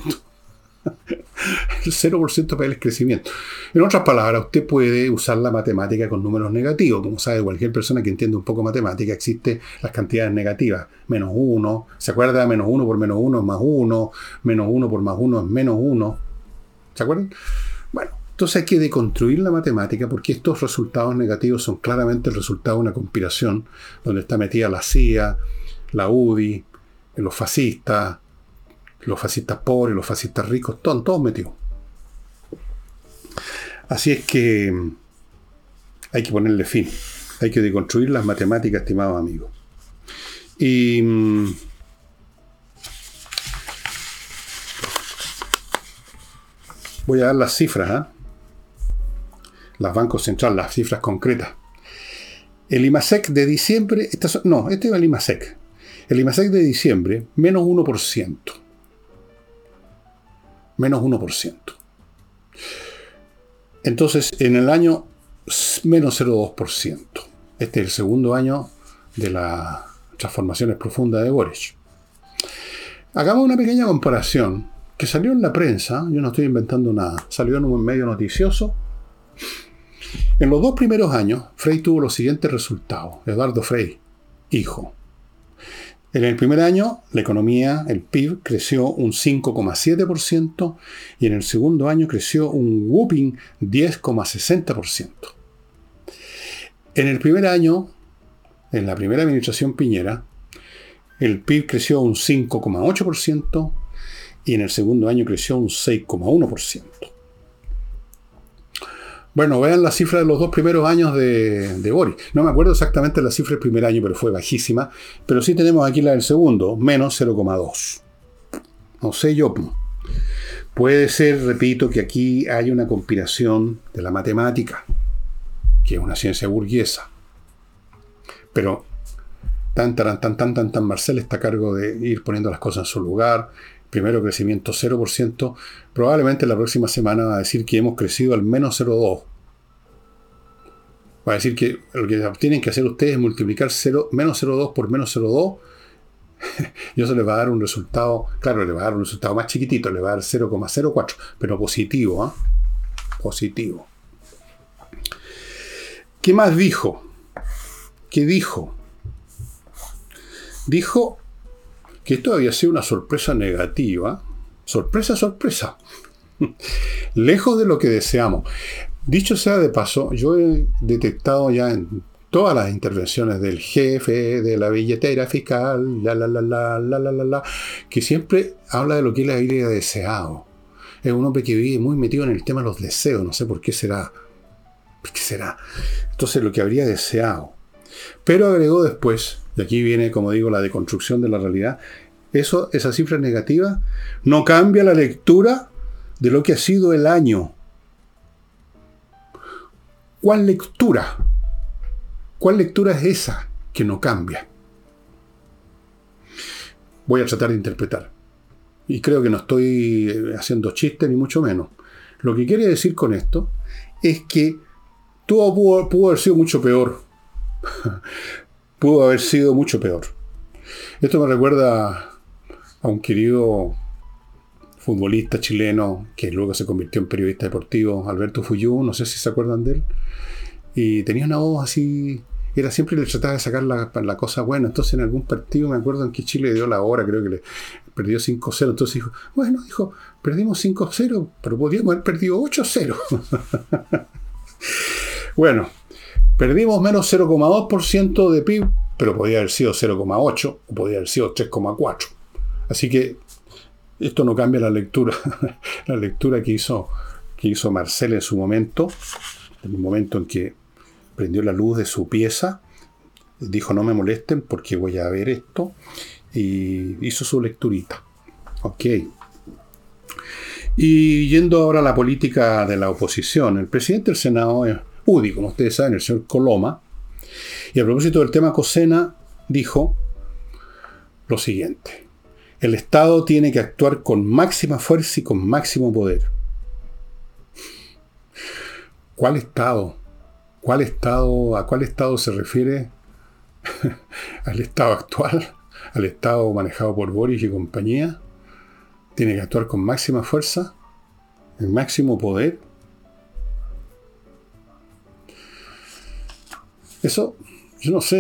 El 0% para el crecimiento. En otras palabras, usted puede usar la matemática con números negativos. Como sabe cualquier persona que entiende un poco matemática, existen las cantidades negativas. Menos 1, ¿se acuerda? Menos 1 por menos 1 es más 1, menos 1 por más 1 es menos 1. ¿Se acuerdan? Bueno, entonces hay que deconstruir la matemática porque estos resultados negativos son claramente el resultado de una conspiración donde está metida la CIA, la UDI, los fascistas pobres, los fascistas ricos, todos metidos. Así es que hay que ponerle fin. Hay que deconstruir las matemáticas, estimados amigos. Y voy a dar las cifras, las bancos centrales, las cifras concretas. El IMASEC de diciembre, este es el IMASEC. El IMASEC de diciembre, menos 1%. Menos 1%. Entonces, en el año, menos 0,2%. Este es el segundo año de las transformaciones profundas de Boric. Hagamos una pequeña comparación que salió en la prensa, yo no estoy inventando nada, salió en un medio noticioso. En los 2 primeros años, Frey tuvo los siguientes resultados. Eduardo Frey, hijo. En el primer año, la economía, el PIB, creció un 5,7% y en el segundo año creció un whopping 10,60%. En el primer año, en la primera administración Piñera, el PIB creció un 5,8% y en el segundo año creció un 6,1%. Bueno, vean la cifra de los 2 primeros años de Boric. No me acuerdo exactamente la cifra del primer año, pero fue bajísima. Pero sí tenemos aquí la del segundo, menos 0,2. No sé yo. Puede ser, repito, que aquí hay una conspiración de la matemática, que es una ciencia burguesa. Pero tan Marcel está a cargo de ir poniendo las cosas en su lugar. Primero crecimiento 0%, probablemente la próxima semana va a decir que hemos crecido al menos 0,2. Va a decir que lo que tienen que hacer ustedes es multiplicar menos 0,2 por menos 0,2 y eso les va a dar un resultado, claro, le va a dar un resultado más chiquitito, le va a dar 0,04, pero positivo, positivo. ¿Qué más dijo? ¿Qué dijo? Dijo que esto había sido una sorpresa negativa. Sorpresa. Lejos de lo que deseamos. Dicho sea de paso, yo he detectado ya en todas las intervenciones del jefe de la billetera fiscal, que siempre habla de lo que él habría deseado. Es un hombre que vive muy metido en el tema de los deseos, no sé por qué será. ¿Por qué será? Entonces, lo que habría deseado. Pero agregó después, y aquí viene, como digo, la deconstrucción de la realidad, esa cifra negativa no cambia la lectura de lo que ha sido el año. ¿Cuál lectura? ¿Cuál lectura es esa que no cambia? Voy a tratar de interpretar. Y creo que no estoy haciendo chistes ni mucho menos. Lo que quiere decir con esto es que todo pudo haber sido mucho peor. Pudo haber sido mucho peor. Esto me recuerda a un querido futbolista chileno que luego se convirtió en periodista deportivo, Alberto Fuyú, no sé si se acuerdan de él, y tenía una voz así, era siempre le trataba de sacar la cosa buena. Entonces en algún partido, me acuerdo en que Chile dio la hora, creo que le perdió 5-0, entonces dijo, bueno, perdimos 5-0, pero podríamos haber perdido 8-0. Bueno, perdimos menos 0,2% de PIB, pero podía haber sido 0,8 o podía haber sido 3,4. Así que esto no cambia la lectura, la lectura que hizo Marcel en su momento, en el momento en que prendió la luz de su pieza, dijo no me molesten porque voy a ver esto, y hizo su lecturita. Ok. Y yendo ahora a la política de la oposición, el presidente del Senado es UDI, como ustedes saben, el señor Coloma, y a propósito del tema Cosena, dijo lo siguiente: el Estado tiene que actuar con máxima fuerza y con máximo poder. ¿Cuál Estado? ¿A cuál Estado se refiere? ¿Al Estado actual? ¿Al Estado manejado por Boris y compañía? ¿Tiene que actuar con máxima fuerza? ¿El máximo poder? Eso, yo no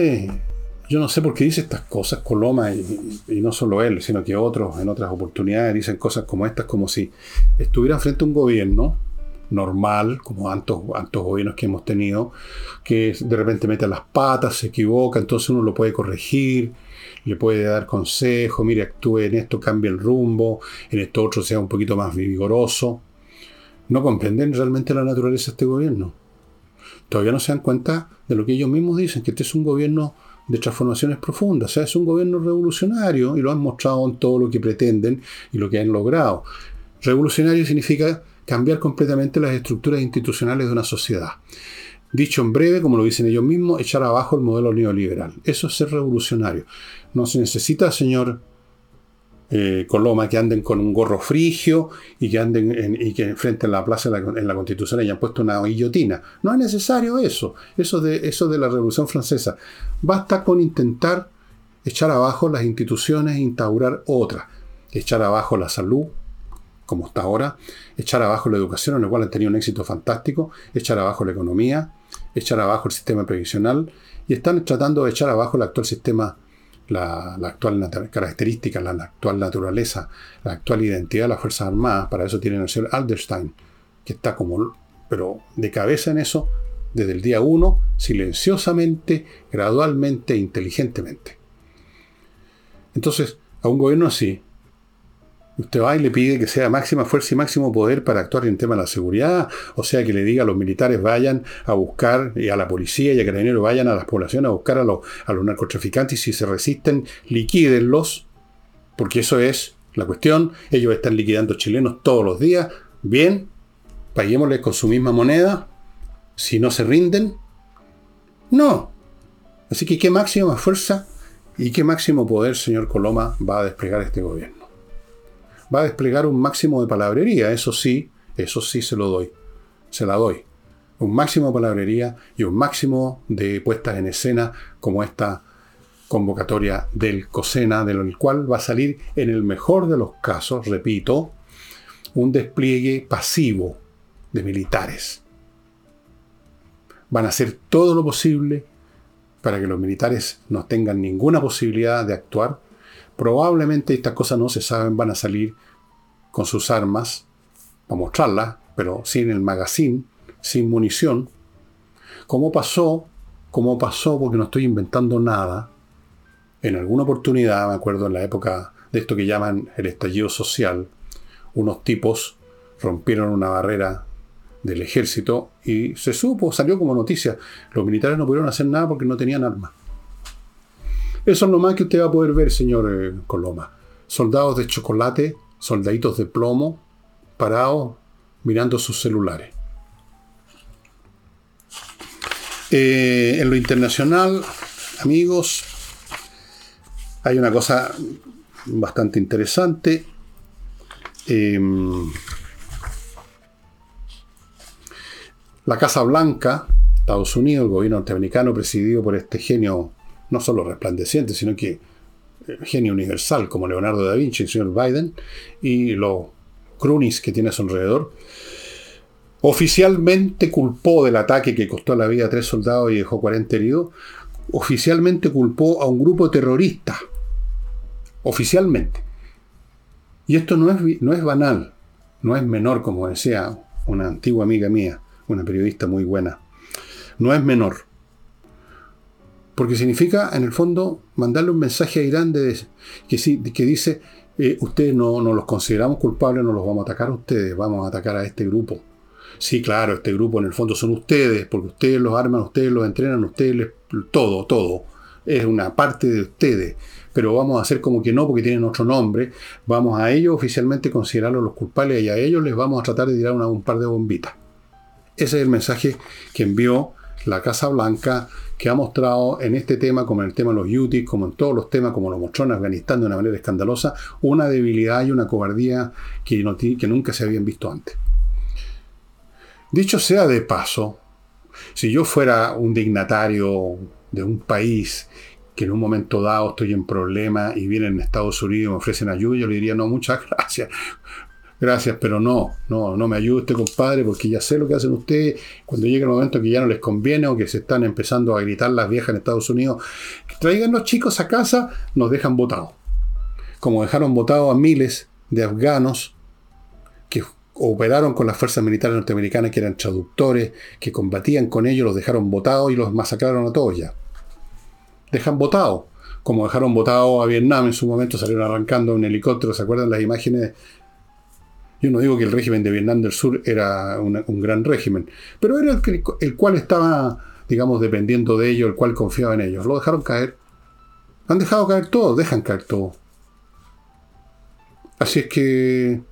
sé por qué dice estas cosas Coloma, y no solo él, sino que otros en otras oportunidades dicen cosas como estas, como si estuvieran frente a un gobierno normal, como tantos gobiernos que hemos tenido, que de repente mete las patas, se equivoca, entonces uno lo puede corregir, le puede dar consejo, mire, actúe en esto, cambie el rumbo, en esto otro sea un poquito más vigoroso. No comprenden realmente la naturaleza de este gobierno. Todavía no se dan cuenta de lo que ellos mismos dicen, que este es un gobierno de transformaciones profundas, o sea, es un gobierno revolucionario, y lo han mostrado en todo lo que pretenden y lo que han logrado. Revolucionario significa cambiar completamente las estructuras institucionales de una sociedad. Dicho en breve, como lo dicen ellos mismos, echar abajo el modelo neoliberal. Eso es ser revolucionario. No se necesita, señor Coloma, que anden con un gorro frigio y que anden y que frente a la plaza en la Constitución hayan puesto una guillotina. No es necesario eso. Eso de la Revolución Francesa. Basta con intentar echar abajo las instituciones e instaurar otras. Echar abajo la salud, como está ahora, echar abajo la educación, en la cual han tenido un éxito fantástico, echar abajo la economía, echar abajo el sistema previsional, y están tratando de echar abajo el actual sistema, la actual característica, la actual naturaleza, la actual identidad de las Fuerzas Armadas. Para eso tienen al señor Alderstein, que está como, pero de cabeza en eso, desde el día 1, silenciosamente, gradualmente, inteligentemente. Entonces, a un gobierno así, usted va y le pide que sea máxima fuerza y máximo poder para actuar en el tema de la seguridad, o sea, que le diga a los militares vayan a buscar, y a la policía y a carabineros vayan a las poblaciones a buscar a los narcotraficantes, y si se resisten, liquídenlos, porque eso es la cuestión. Ellos están liquidando chilenos todos los días. Bien, paguémosles con su misma moneda, si no se rinden. No. Así que qué máxima fuerza y qué máximo poder, señor Coloma, va a desplegar este gobierno. Va a desplegar un máximo de palabrería, eso sí se la doy. Un máximo de palabrería y un máximo de puestas en escena, como esta convocatoria del COSENA, del cual va a salir, en el mejor de los casos, repito, un despliegue pasivo de militares. Van a hacer todo lo posible para que los militares no tengan ninguna posibilidad de actuar. Probablemente estas cosas no se saben, van a salir con sus armas para mostrarlas, pero sin el magazine, sin munición. Como pasó, porque no estoy inventando nada, en alguna oportunidad, me acuerdo en la época de esto que llaman el estallido social, unos tipos rompieron una barrera del ejército y salió como noticia, los militares no pudieron hacer nada porque no tenían armas. Eso es lo más que usted va a poder ver, señor Coloma. Soldados de chocolate, soldaditos de plomo, parados, mirando sus celulares. En lo internacional, amigos, hay una cosa bastante interesante. La Casa Blanca, Estados Unidos, el gobierno norteamericano, presidido por este genio no solo resplandeciente, sino que genio universal como Leonardo da Vinci, el señor Biden, y los Krunis que tiene a su alrededor, oficialmente culpó del ataque que costó la vida a 3 soldados y dejó 40 heridos, oficialmente culpó a un grupo terrorista. Oficialmente. Y esto no es banal, no es menor, como decía una antigua amiga mía, una periodista muy buena. No es menor. Porque significa, en el fondo, mandarle un mensaje a Irán que dice, ustedes no los consideramos culpables, no los vamos a atacar a ustedes, vamos a atacar a este grupo. Sí, claro, este grupo en el fondo son ustedes, porque ustedes los arman, ustedes los entrenan, todo. Es una parte de ustedes. Pero vamos a hacer como que no, porque tienen otro nombre. Vamos a ellos oficialmente considerarlos los culpables y a ellos les vamos a tratar de tirar un par de bombitas. Ese es el mensaje que envió la Casa Blanca, que ha mostrado en este tema, como en el tema de los Houthis, como en todos los temas, como lo mostró en Afganistán de una manera escandalosa, una debilidad y una cobardía que nunca se habían visto antes. Dicho sea de paso, si yo fuera un dignatario de un país que en un momento dado estoy en problemas y vienen en Estados Unidos y me ofrecen ayuda, yo le diría, no, muchas gracias, pero no me ayude usted, compadre, porque ya sé lo que hacen ustedes cuando llega el momento que ya no les conviene o que se están empezando a gritar las viejas en Estados Unidos. Traigan los chicos a casa, nos dejan botados. Como dejaron botados a miles de afganos que operaron con las fuerzas militares norteamericanas, que eran traductores, que combatían con ellos, los dejaron botados y los masacraron a todos ya. Dejan botados. Como dejaron botados a Vietnam en su momento, salieron arrancando en helicóptero, ¿se acuerdan las imágenes? Yo no digo que el régimen de Vietnam del Sur era un gran régimen, pero era el cual estaba, digamos, dependiendo de ellos, el cual confiaba en ellos. Lo dejaron caer. Han dejado caer todo, dejan caer todo. Así es que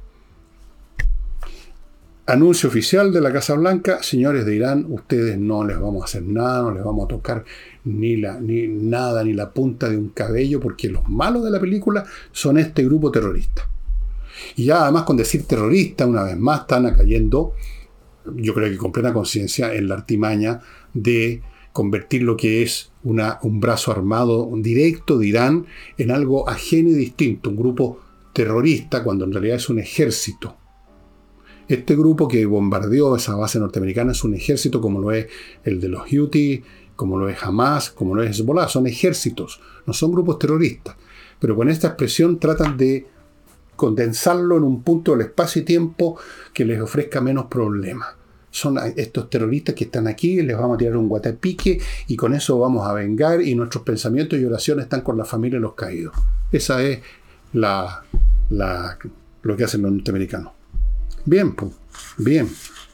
anuncio oficial de la Casa Blanca, señores de Irán, ustedes no les vamos a hacer nada, no les vamos a tocar ni la punta de un cabello, porque los malos de la película son este grupo terrorista. Y ya además con decir terrorista, una vez más, están cayendo, yo creo que con plena conciencia, en la artimaña de convertir lo que es un brazo armado directo de Irán en algo ajeno y distinto, un grupo terrorista, cuando en realidad es un ejército. Este grupo que bombardeó esa base norteamericana es un ejército como lo es el de los Houthis, como lo es Hamas, como lo es Hezbollah. Son ejércitos, no son grupos terroristas. Pero con esta expresión tratan de condensarlo en un punto del espacio y tiempo que les ofrezca menos problemas. Son estos terroristas que están aquí, les vamos a tirar un guatapique y con eso vamos a vengar, y nuestros pensamientos y oraciones están con la familia de los caídos. Esa es lo que hacen los norteamericanos. Bien, pues, bien.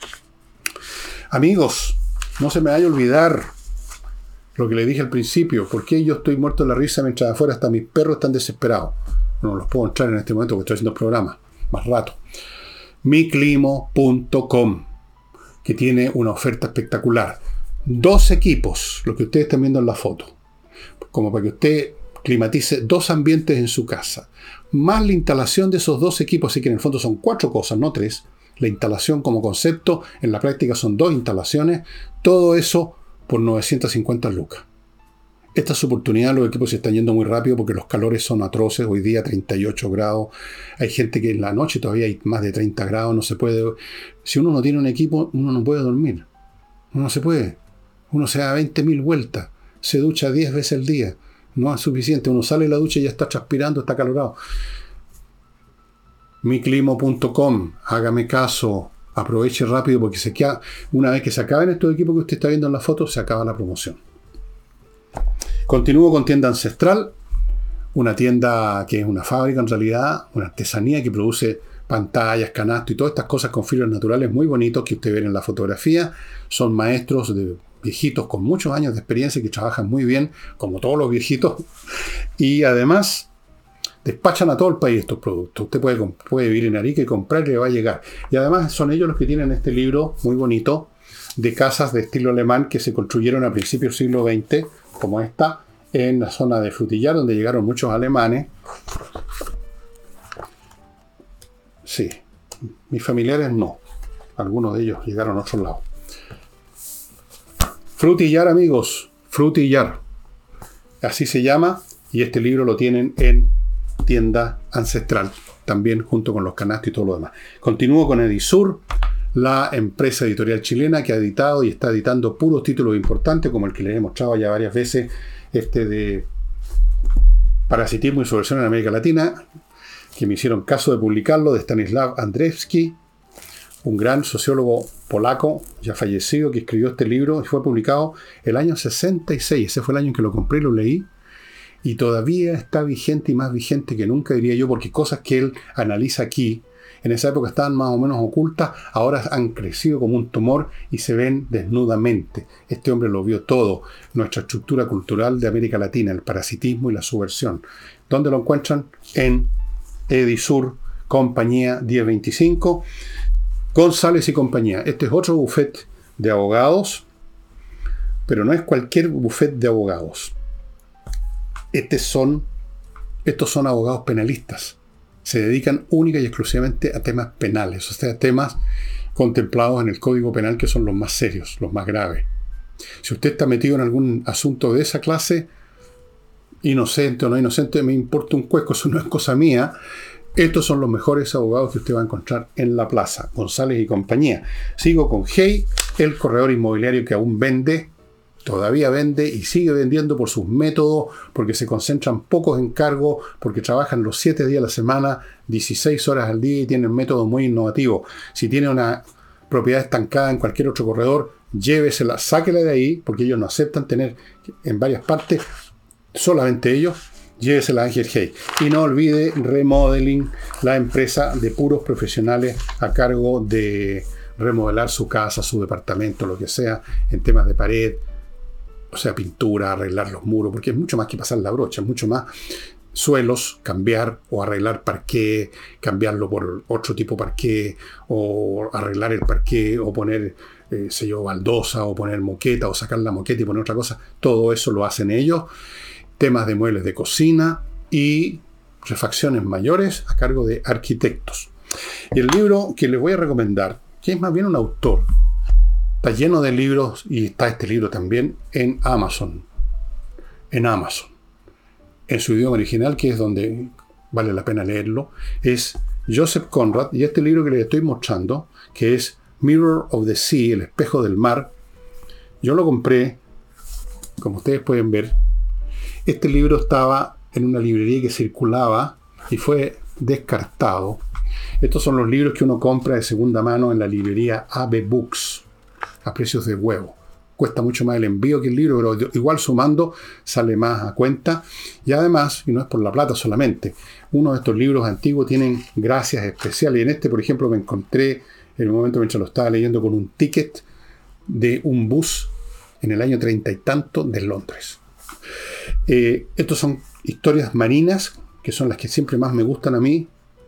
Amigos, no se me vaya a olvidar lo que le dije al principio. ¿Por qué yo estoy muerto de la risa mientras afuera hasta mis perros están desesperados? No los puedo entrar en este momento porque estoy haciendo programas. Más rato. Miclimo.com, que tiene una oferta espectacular. 2 equipos, lo que ustedes están viendo en la foto. Como para que usted climatice 2 ambientes en su casa. Más la instalación de esos 2 equipos, así que en el fondo son 4 cosas, no 3. La instalación como concepto, en la práctica son 2 instalaciones. Todo eso por 950 lucas. Esta es su oportunidad. Los equipos se están yendo muy rápido porque los calores son atroces. Hoy día 38 grados. Hay gente que en la noche todavía hay más de 30 grados. No se puede. Si uno no tiene un equipo, uno no puede dormir. No se puede. Uno se da 20.000 vueltas. Se ducha 10 veces al día. No es suficiente. Uno sale de la ducha y ya está transpirando, está acalorado. Miclimo.com. Hágame caso. Aproveche rápido porque una vez que se acaben estos equipos que usted está viendo en la foto, se acaba la promoción. Continúo con Tienda Ancestral, una tienda que es una fábrica en realidad, una artesanía que produce pantallas, canastos y todas estas cosas con fibras naturales muy bonitos que usted ve en la fotografía. Son maestros de viejitos con muchos años de experiencia que trabajan muy bien, como todos los viejitos, y además despachan a todo el país estos productos. Usted puede vivir en Arica y comprar y le va a llegar. Y además son ellos los que tienen este libro muy bonito de casas de estilo alemán que se construyeron a principios del siglo XX, como esta, en la zona de Frutillar, donde llegaron muchos alemanes. Sí, mis familiares no. Algunos de ellos llegaron a otro lado. Frutillar, amigos. Frutillar. Así se llama. Y este libro lo tienen en Tienda Ancestral. también junto con los canastos y todo lo demás. Continúo con Edisur, la empresa editorial chilena que ha editado y está editando puros títulos importantes, como el que les he mostrado ya varias veces, de Parasitismo y Subversión en América Latina, que me hicieron caso de publicarlo, de Stanislaw Andrzejewski, un gran sociólogo polaco, ya fallecido, que escribió este libro y fue publicado el año 66. Ese fue el año en que lo compré y lo leí. Y todavía está vigente y más vigente que nunca, diría yo, porque cosas que él analiza aquí, en esa época estaban más o menos ocultas, ahora han crecido como un tumor y se ven desnudamente. Este hombre lo vio todo, nuestra estructura cultural de América Latina, el parasitismo y la subversión. ¿Dónde lo encuentran? En Edisur, compañía 1025, González y compañía. Este es otro bufete de abogados, pero no es cualquier bufete de abogados. Estos son abogados penalistas. Se dedican única y exclusivamente a temas penales, o sea, a temas contemplados en el Código Penal que son los más serios, los más graves. Si usted está metido en algún asunto de esa clase, inocente o no inocente, me importa un cuesco, eso no es cosa mía. Estos son los mejores abogados que usted va a encontrar en la plaza, González y compañía. Sigo con Hey, el corredor inmobiliario que aún vende, todavía vende y sigue vendiendo por sus métodos, porque se concentran pocos encargos, porque trabajan los 7 días a la semana, 16 horas al día y tienen métodos muy innovativos. Si tiene una propiedad estancada en cualquier otro corredor, llévesela, sáquela de ahí, porque ellos no aceptan tener en varias partes, solamente ellos, llévesela a Ángel Hey. Y no olvide Remodeling, la empresa de puros profesionales a cargo de remodelar su casa, su departamento, lo que sea, en temas de pared, o sea, pintura, arreglar los muros, porque es mucho más que pasar la brocha, es mucho más suelos, cambiar o arreglar parqué, cambiarlo por otro tipo de parqué, o arreglar el parqué, o poner, baldosa, o poner moqueta, o sacar la moqueta y poner otra cosa. Todo eso lo hacen ellos. Temas de muebles de cocina y refacciones mayores a cargo de arquitectos. Y el libro que les voy a recomendar, que es más bien un autor, está lleno de libros y está este libro también en Amazon. En su idioma original, que es donde vale la pena leerlo, es Joseph Conrad. Y este libro que les estoy mostrando, que es Mirror of the Sea, el espejo del mar, yo lo compré, como ustedes pueden ver. Este libro estaba en una librería que circulaba y fue descartado. Estos son los libros que uno compra de segunda mano en la librería AB Books, a precios de huevo. Cuesta mucho más el envío que el libro, pero igual sumando sale más a cuenta. Y además, y no es por la plata solamente, uno de estos libros antiguos tienen gracias especiales. Y en este, por ejemplo, me encontré en un momento mientras lo estaba leyendo con un ticket de un bus en el año 30 y tanto de Londres. Estos son historias marinas, que son las que siempre más me gustan a mí.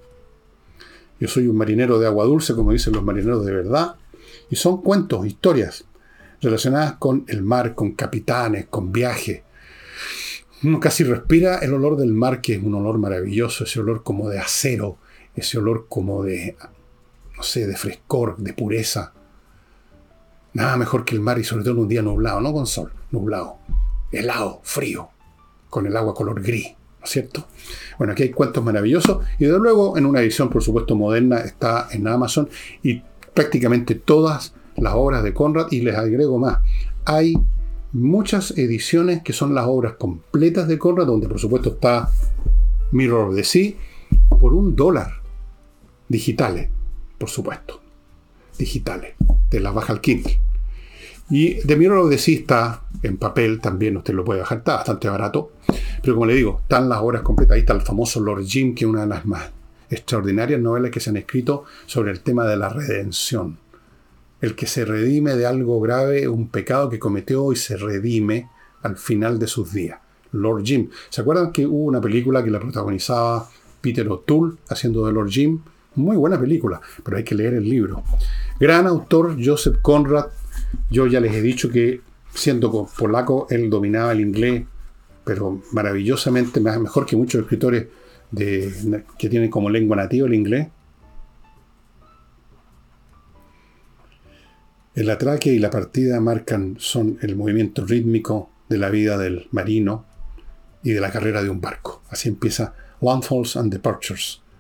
Yo soy un marinero de agua dulce, como dicen los marineros de verdad. Y son cuentos, historias relacionadas con el mar, con capitanes, con viajes. Uno casi respira el olor del mar, que es un olor maravilloso, ese olor como de acero, ese olor como de, no sé, de frescor, de pureza. Nada mejor que el mar, y sobre todo en un día nublado, no con sol, nublado, helado, frío, con el agua color gris, ¿no es cierto? Bueno, aquí hay cuentos maravillosos, y de luego en una edición, por supuesto, moderna, está en Amazon, y prácticamente todas las obras de Conrad, y les agrego más. Hay muchas ediciones que son las obras completas de Conrad, donde por supuesto está Mirror of the Sea, por $1, digitales, por supuesto, digitales, te las baja al Kindle. Y The Mirror of the Sea está en papel, también usted lo puede bajar, está bastante barato, pero como le digo, están las obras completas. Ahí está el famoso Lord Jim, que es una de las más extraordinarias novelas que se han escrito sobre el tema de la redención. El que se redime de algo grave, un pecado que cometió, y se redime al final de sus días. Lord Jim. ¿Se acuerdan que hubo una película que la protagonizaba Peter O'Toole haciendo de Lord Jim? Muy buena película, pero hay que leer el libro. Gran autor, Joseph Conrad. Yo ya les he dicho que, siendo polaco, él dominaba el inglés, pero maravillosamente, mejor que muchos escritores que tienen como lengua nativa el inglés. El atraque y la partida son el movimiento rítmico de la vida del marino y de la carrera de un barco. Así empieza Landfalls and Departures,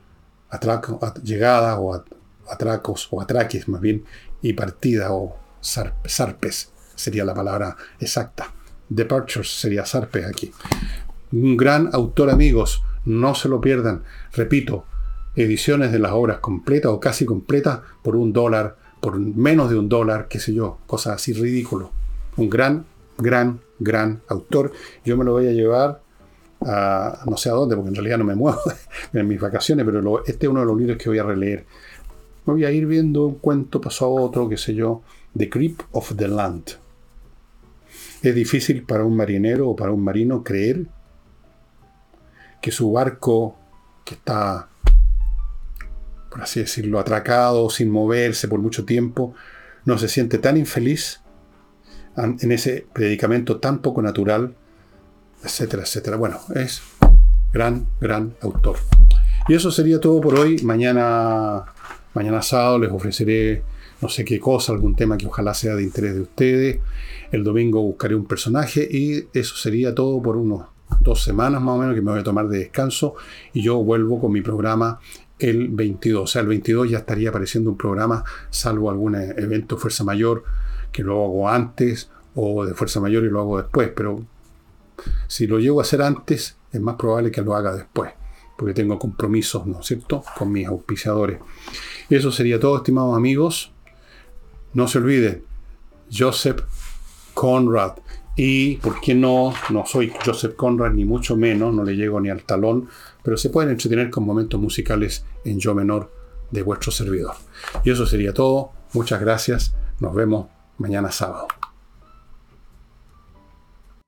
llegada o atracos o atraques más bien, y partida o zarpes sería la palabra exacta. Departures sería zarpes aquí. Un gran autor, amigos, no se lo pierdan. Repito, ediciones de las obras completas o casi completas por $1, por menos de $1, qué sé yo, cosas así ridículo. Un gran autor. Yo me lo voy a llevar a no sé a dónde, porque en realidad no me muevo en mis vacaciones, pero este es uno de los libros que voy a releer. Me voy a ir viendo un cuento paso a otro, qué sé yo, The Grip of the Land. Es difícil para un marinero o para un marino creer que su barco, que está, por así decirlo, atracado, sin moverse por mucho tiempo, no se siente tan infeliz en ese predicamento tan poco natural, etcétera, etcétera. Bueno, es gran autor. Y eso sería todo por hoy. Mañana sábado les ofreceré no sé qué cosa, algún tema que ojalá sea de interés de ustedes. El domingo buscaré un personaje y eso sería todo por unos 2 semanas más o menos que me voy a tomar de descanso y yo vuelvo con mi programa el 22. O sea, el 22 ya estaría apareciendo un programa, salvo algún evento de fuerza mayor que lo hago antes o de fuerza mayor y lo hago después. Pero si lo llego a hacer antes, es más probable que lo haga después, porque tengo compromisos, ¿no es cierto?, con mis auspiciadores. Eso sería todo, estimados amigos. No se olviden, Joseph Conrad. Y, ¿por qué no? No soy Joseph Conrad, ni mucho menos, no le llego ni al talón, pero se pueden entretener con momentos musicales en yo menor de vuestro servidor. Y eso sería todo. Muchas gracias. Nos vemos mañana sábado.